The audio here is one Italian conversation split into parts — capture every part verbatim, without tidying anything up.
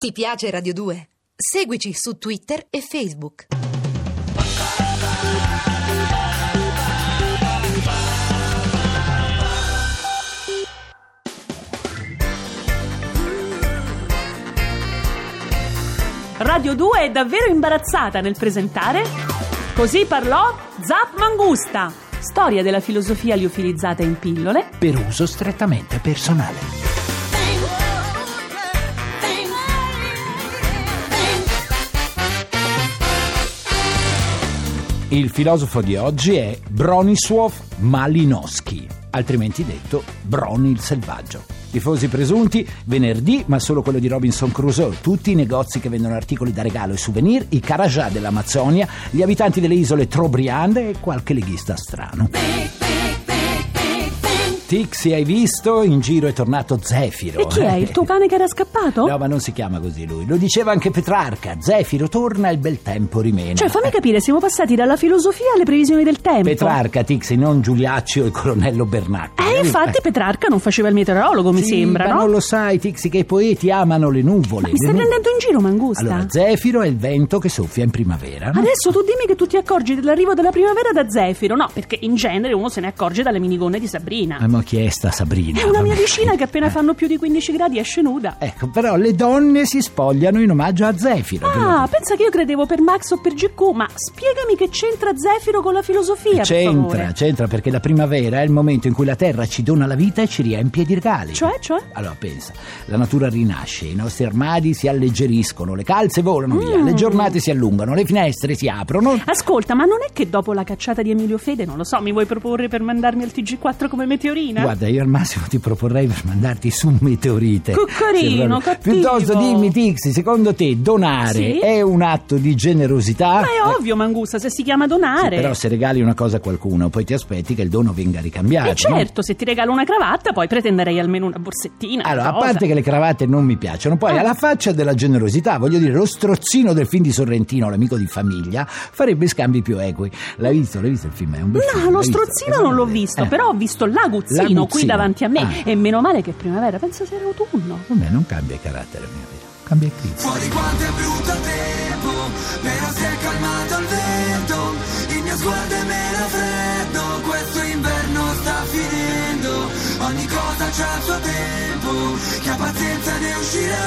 Ti piace Radio due? Seguici su Twitter e Facebook. Radio due è davvero imbarazzata nel presentare Così parlò Zap Mangusta, storia della filosofia liofilizzata in pillole per uso strettamente personale. Il filosofo di oggi è Bronisław Malinowski, altrimenti detto Broni il selvaggio. Tifosi presunti, venerdì, ma solo quello di Robinson Crusoe, tutti i negozi che vendono articoli da regalo e souvenir, i Karajá dell'Amazzonia, gli abitanti delle isole Trobriande e qualche leghista strano. Tixi, hai visto? In giro è tornato Zefiro. E chi è? Il tuo cane che era scappato? No, ma non si chiama così lui. Lo diceva anche Petrarca. Zefiro torna e il bel tempo rimena. Cioè, fammi capire, siamo passati dalla filosofia alle previsioni del tempo. Petrarca, Tixi, non Giuliaccio e il colonnello Bernacchi. Eh, infatti Petrarca non faceva il meteorologo, mi sì, sembra, ma no? non lo sai, Tixi, che i poeti amano le nuvole. Ma mi stai le prendendo in giro, Mangusta? Allora, Zefiro è il vento che soffia in primavera. Adesso tu dimmi che tu ti accorgi dell'arrivo della primavera da Zefiro. No, perché in genere uno se ne accorge dalle minigonne di Sabrina. Ma mo' chi è sta Sabrina? È una mia vicina che appena fanno più di quindici gradi esce nuda. Ecco, però le donne si spogliano in omaggio a Zefiro. Ah, pensa che io credevo per Max o per G Q, ma spiegami che c'entra Zefiro con la filosofia, C'entra, per favore. c'entra perché la primavera è il momento in cui la terra ci dona la vita e ci riempie di regali. Cioè, cioè? Allora, pensa, la natura rinasce, i nostri armadi si alleggeriscono, le calze volano via, Mm. le giornate si allungano, le finestre si aprono. Ascolta, ma non è che dopo la cacciata di Emilio Fede, non lo so, mi vuoi proporre per mandarmi al T G quattro come meteorina? Guarda, io al massimo ti proporrei per mandarti su meteorite. Cuccarino, Sì, cattivo. piuttosto dimmi, Tixi, secondo te donare Sì? è un atto di generosità? Ma è ovvio, Mangusta, se si chiama donare. Sì, però se regali una cosa a qualcuno poi ti aspetti che il dono venga ricambiato. E certo, se ti regalo una cravatta poi pretenderei almeno una borsettina. Allora, a cosa. parte che le cravatte non mi piacciono, poi Eh. alla faccia della generosità, voglio dire, lo strozzino del film di Sorrentino, l'amico di famiglia, farebbe scambi più equi. L'hai visto? L'hai visto il film? È un bel film. No, lo l'hai visto? strozzino Eh, non l'ho visto, eh. però ho visto l'aguzzino, L'aguzzino. qui davanti a me. Ah. E meno male che è primavera, penso sia autunno. Vabbè, non cambia il carattere, mio vero. Cambia il clima. Fuori quanto è brutto il tempo, però si è calmato il vento, il mio sguardo è meno freddo, questo inverno sta finendo, ogni cosa c'ha il suo tempo, chi ha pazienza ne uscirà,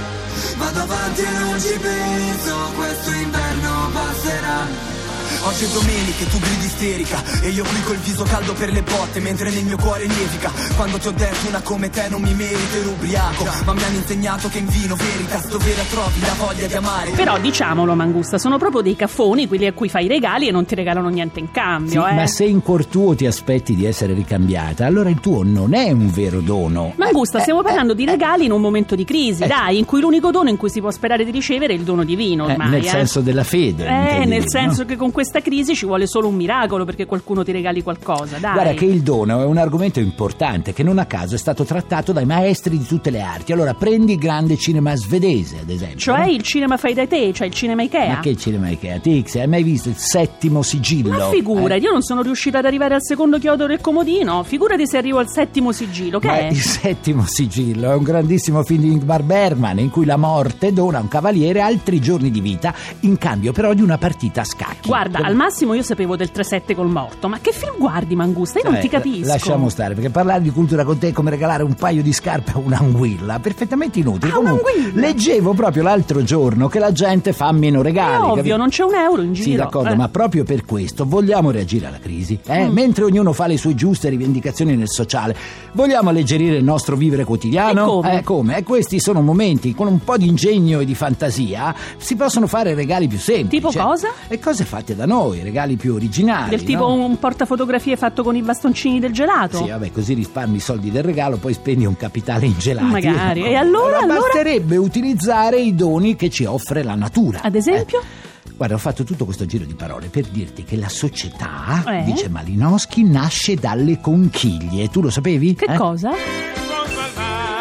vado avanti e non ci penso, questo inverno passerà. Oggi è domenica e tu gridi isterica e io qui col viso caldo per le botte mentre nel mio cuore nevica. Quando ti ho detto una come te non mi merito ero ubriaco, ma mi hanno insegnato che in vino veritas dove la trovi la voglia di amare. Però diciamolo, Mangusta, sono proprio dei caffoni quelli a cui fai i regali e non ti regalano niente in Sì, cambio, eh. ma se in cuor tuo ti aspetti di essere ricambiata, allora il tuo non è un vero dono. Mangusta, Eh, stiamo eh, parlando di regali in un momento di crisi, eh. dai, in cui l'unico dono in cui si può sperare di ricevere è il dono divino eh, ormai, nel eh. senso della fede. Eh, intendevi, nel senso no? che con questa crisi ci vuole solo un miracolo perché qualcuno ti regali qualcosa, dai. Guarda che il dono è un argomento importante che non a caso è stato trattato dai maestri di tutte le arti. Allora prendi il grande cinema svedese, ad esempio. Cioè no? il cinema fai da te, cioè il cinema Ikea. Ma che cinema Ikea? Tix, hai mai visto il settimo sigillo? Ma figura, Eh? io non sono riuscita ad arrivare al secondo chiodo del comodino. Figurati se arrivo al settimo sigillo, che Ma è? il settimo sigillo è un grandissimo film di Ingmar Bergman in cui la morte dona a un cavaliere altri giorni di vita in cambio però di una partita a scacchi. Guarda, Come- al massimo io sapevo del tre sette col morto, ma che film guardi, Mangusta? Io non Eh, ti capisco. Lasciamo stare, perché parlare di cultura con te è come regalare un paio di scarpe a un'anguilla, perfettamente inutile. Ah, Comunque, un'anguilla? leggevo proprio l'altro giorno che la gente fa meno È regali. ovvio, capito? non c'è un euro in giro. Sì, d'accordo, eh. ma proprio per questo vogliamo reagire alla crisi. Eh? Mm. Mentre ognuno fa le sue giuste rivendicazioni nel sociale, vogliamo alleggerire il nostro vivere quotidiano? E come? Eh, come? E questi sono momenti con un po' di ingegno e di fantasia si possono fare regali più semplici. Tipo cosa? E cose fatte da noi, regali più originali. Del tipo no? un portafotografie fatto con i bastoncini del gelato? Sì, vabbè, così risparmi i soldi del regalo, poi spendi un capitale in gelati. Magari. E allora, allora? basterebbe utilizzare i doni che ci offre la natura. Ad esempio? Eh, Guarda, ho fatto tutto questo giro di parole per dirti che la società, Eh? dice Malinowski, nasce dalle conchiglie. Tu lo sapevi? Che Eh? cosa? In fondo al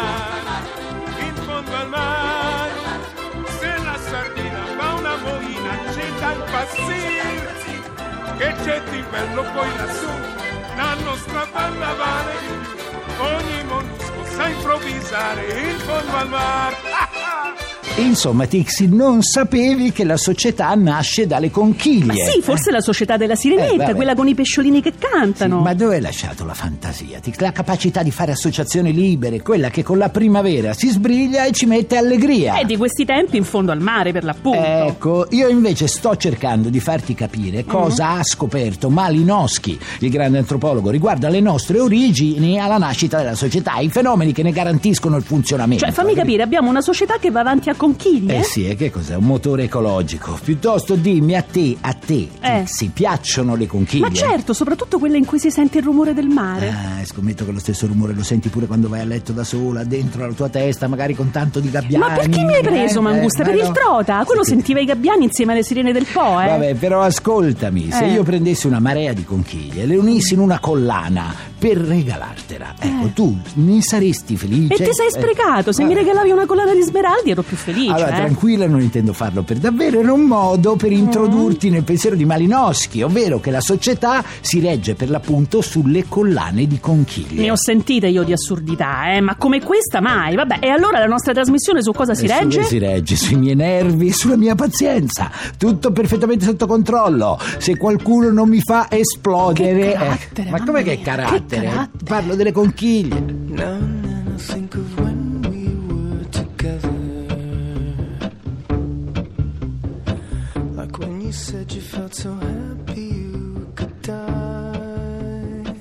mare, in fondo al mare, se la sardina fa una moina c'è da impazzire, che getti in bello poi lassù, la nostra banda vale, ogni mollusco sa improvvisare in fondo al mare. Insomma, Tixi, non sapevi che la società nasce dalle conchiglie. Ma sì, forse eh. la società della Sirenetta, Eh, vabbè. quella con i pesciolini che cantano. Sì, ma dove hai lasciato la fantasia, Tix? La capacità di fare associazioni libere, quella che con la primavera si sbriglia e ci mette allegria. E di questi tempi in fondo al mare, per l'appunto. Ecco, io invece sto cercando di farti capire cosa Mm. ha scoperto Malinowski, il grande antropologo, riguardo alle nostre origini e alla nascita della società, i fenomeni che ne garantiscono il funzionamento. Cioè, fammi capire, abbiamo una società che va avanti a conchiglie? Eh sì, e che cos'è? Un motore ecologico. Piuttosto dimmi a te, a te, Eh. si piacciono le conchiglie? Ma certo, soprattutto quelle in cui si sente il rumore del mare. Ah, scommetto che lo stesso rumore lo senti pure quando vai a letto da sola, dentro la tua testa, magari con tanto di gabbiani. Ma perché mi hai preso, Eh, Mangusta? eh, Per ma il no. trota? Quello Sì. sentiva i gabbiani insieme alle sirene del Po, eh? Vabbè, però ascoltami, se Eh. io prendessi una marea di conchiglie, le unissi in una collana per regalartela, ecco, tu ne saresti felice? E ti sei Eh, sprecato, se mi vabbè. regalavi una collana di smeraldi ero più felice. Allora, eh. tranquilla, non intendo farlo per davvero, era un modo per introdurti nel pensiero di Malinowski, ovvero che la società si regge per l'appunto sulle collane di conchiglie. Ne ho sentite io di assurdità, eh, ma come questa mai? Vabbè, e allora la nostra trasmissione su cosa si E su regge? che si regge? Sui miei nervi e sulla mia pazienza. Tutto perfettamente sotto controllo. Se qualcuno non mi fa esplodere... Che carattere, ma mamma come che mia, carattere? che carattere. Parlo delle conchiglie. Now and then I think of when we were together, like when you said you felt so happy you could die.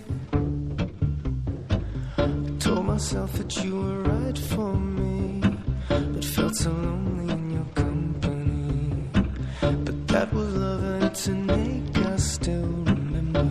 I told myself that you were right for me, but felt so lonely in your company. But that was love and it's innate, I still remember.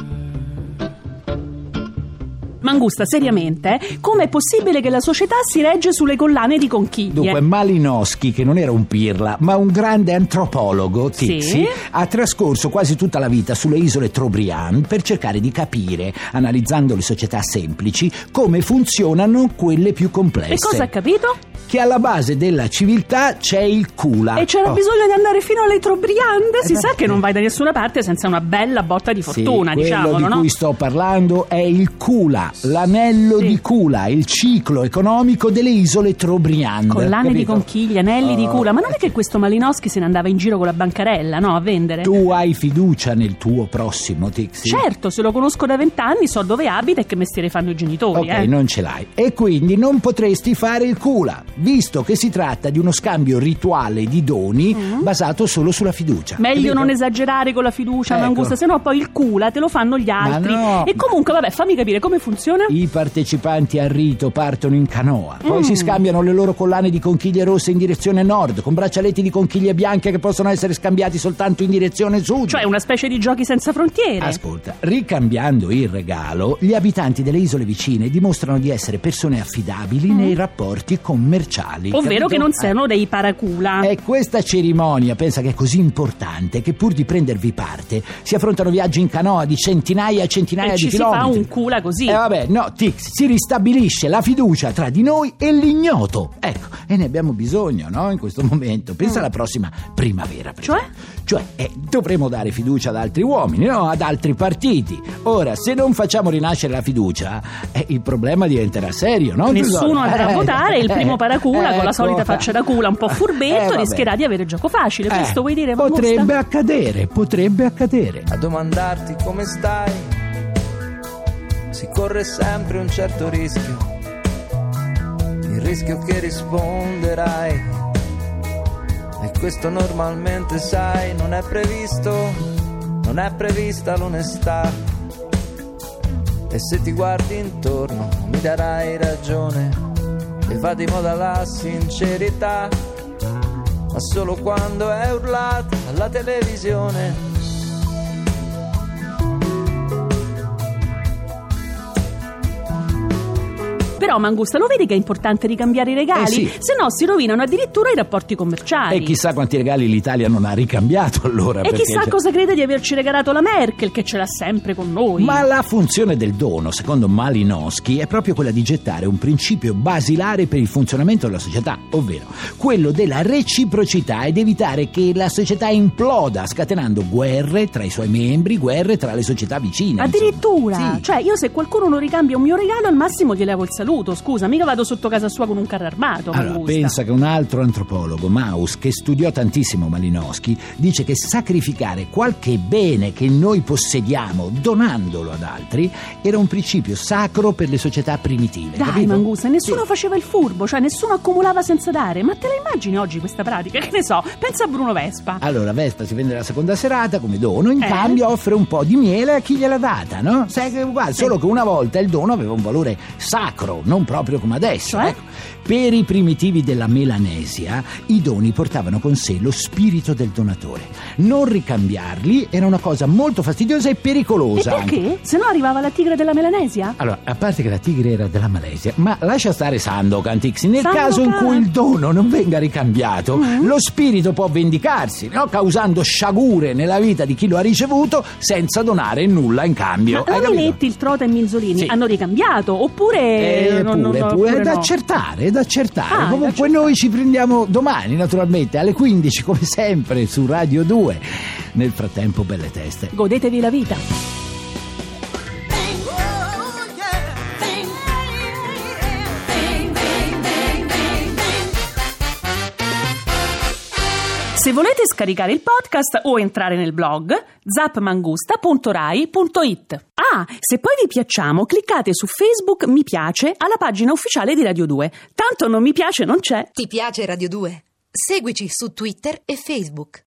Mangusta, seriamente, com'è possibile che la società si regge sulle collane di conchiglie? Dunque, Malinowski, che non era un pirla, ma un grande antropologo, Tixi, Sì. ha trascorso quasi tutta la vita sulle isole Trobriand per cercare di capire, analizzando le società semplici, come funzionano quelle più complesse. E cosa ha capito? Che alla base della civiltà c'è il Kula. E c'era Oh. bisogno di andare fino alle Trobriand? Si Eh, sa vabbè. che non vai da nessuna parte senza una bella botta di fortuna, sì, diciamolo, quello di no? cui sto parlando è il Kula, l'anello Sì. di Kula, il ciclo economico delle isole Trobriand. Collane di capito? conchiglie, anelli di Oh, Kula. Ma non è che questo Malinowski se ne andava in giro con la bancarella, no? A vendere? Tu hai fiducia nel tuo prossimo, Tixi? Certo, se lo conosco da vent'anni, so dove abita e che mestiere fanno i genitori, Ok, eh. non ce l'hai. E quindi non potresti fare il Kula, visto che si tratta di uno scambio rituale di doni basato solo sulla fiducia. Meglio capito? non esagerare con la fiducia, Ecco. Mangusta, se no poi il Kula te lo fanno gli altri. no. E comunque, vabbè, fammi capire come funziona. I partecipanti al rito partono in canoa, poi Mm. si scambiano le loro collane di conchiglie rosse in direzione nord, con braccialetti di conchiglie bianche che possono essere scambiati soltanto in direzione sud. Cioè una specie di giochi senza frontiere. Ascolta, ricambiando il regalo, gli abitanti delle isole vicine dimostrano di essere persone affidabili nei rapporti commerciali. Ovvero capito? che non siano dei paracula. E questa cerimonia, pensa che è così importante che pur di prendervi parte si affrontano viaggi in canoa di centinaia e centinaia E di ci si chilometri. fa un Kula così. E vabbè, no, Tix, si ristabilisce la fiducia tra di noi e l'ignoto. Ecco, e ne abbiamo bisogno, no? In questo momento. Pensa alla prossima primavera. per Cioè? esempio. Cioè, eh, dovremo dare fiducia ad altri uomini, no? Ad altri partiti. Ora, se non facciamo rinascere la fiducia, eh, il problema diventerà serio, no? Nessuno tesoro? andrà a Eh, votare, il primo eh, paracula con la ecco. solita faccia da cula un po' Eh, furbetto vabbè. rischierà di avere gioco facile. Questo Eh, vuoi dire, Mangusta? potrebbe accadere, potrebbe accadere. A domandarti come stai, si corre sempre un certo rischio, il rischio che risponderai, e questo normalmente sai, non è previsto, non è prevista l'onestà, e se ti guardi intorno mi darai ragione, e va di moda la sincerità, ma solo quando è urlata alla televisione. Però, Mangusta, lo vedi che è importante ricambiare i regali? Eh sì. Se no si rovinano addirittura i rapporti commerciali. E chissà quanti regali l'Italia non ha ricambiato allora. E perché chissà c'è- cosa crede di averci regalato la Merkel, che ce l'ha sempre con noi. Ma la funzione del dono, secondo Malinowski, è proprio quella di gettare un principio basilare per il funzionamento della società, ovvero quello della reciprocità, ed evitare che la società imploda, scatenando guerre tra i suoi membri, guerre tra le società vicine. Addirittura? insomma. Sì. Cioè, io se qualcuno non ricambia un mio regalo, al massimo gli levo il saluto. saluto, scusa, mica vado sotto casa sua con un carro armato. Allora, Mangusta. pensa che un altro antropologo, Mauss, che studiò tantissimo Malinowski, dice che sacrificare qualche bene che noi possediamo donandolo ad altri era un principio sacro per le società primitive. Dai, capito? Mangusta, nessuno Sì. faceva il furbo, cioè nessuno accumulava senza dare. Ma te la immagini oggi questa pratica? Che ne so, pensa a Bruno Vespa. Allora, Vespa si vende la seconda serata come dono, in Eh? cambio offre un po' di miele a chi gliel'ha data, no? Sai che è uguale, solo che una volta il dono aveva un valore sacro, non proprio come adesso. Cioè? Ecco. Per i primitivi della Melanesia, i doni portavano con sé lo spirito del donatore. Non ricambiarli era una cosa molto fastidiosa e E pericolosa. perché? anche. Se no arrivava la tigre della Melanesia? Allora, a parte che la tigre era della Malesia, ma lascia stare Sandokan, Tixi, nel Sandokan? caso in cui il dono non venga ricambiato, Mm. lo spirito può vendicarsi, no? Causando sciagure nella vita di chi lo ha ricevuto senza donare nulla in cambio. Ma Hai la capito? Miletti, il Trota e Minzolini Sì. hanno ricambiato? Oppure... Eh, non- pure, non- pure, oppure è da no? accertare, è da accertare. Ah, è da Comunque accertare. noi ci prendiamo domani, naturalmente, alle quindici, come sempre, su Radio due. Nel frattempo, belle teste. Godetevi la vita. Se volete scaricare il podcast o entrare nel blog zapmangusta punto rai punto it. Ah, se poi vi piacciamo, cliccate su Facebook mi piace alla pagina ufficiale di Radio due. Tanto non mi piace non c'è. Ti piace Radio due? Seguici su Twitter e Facebook.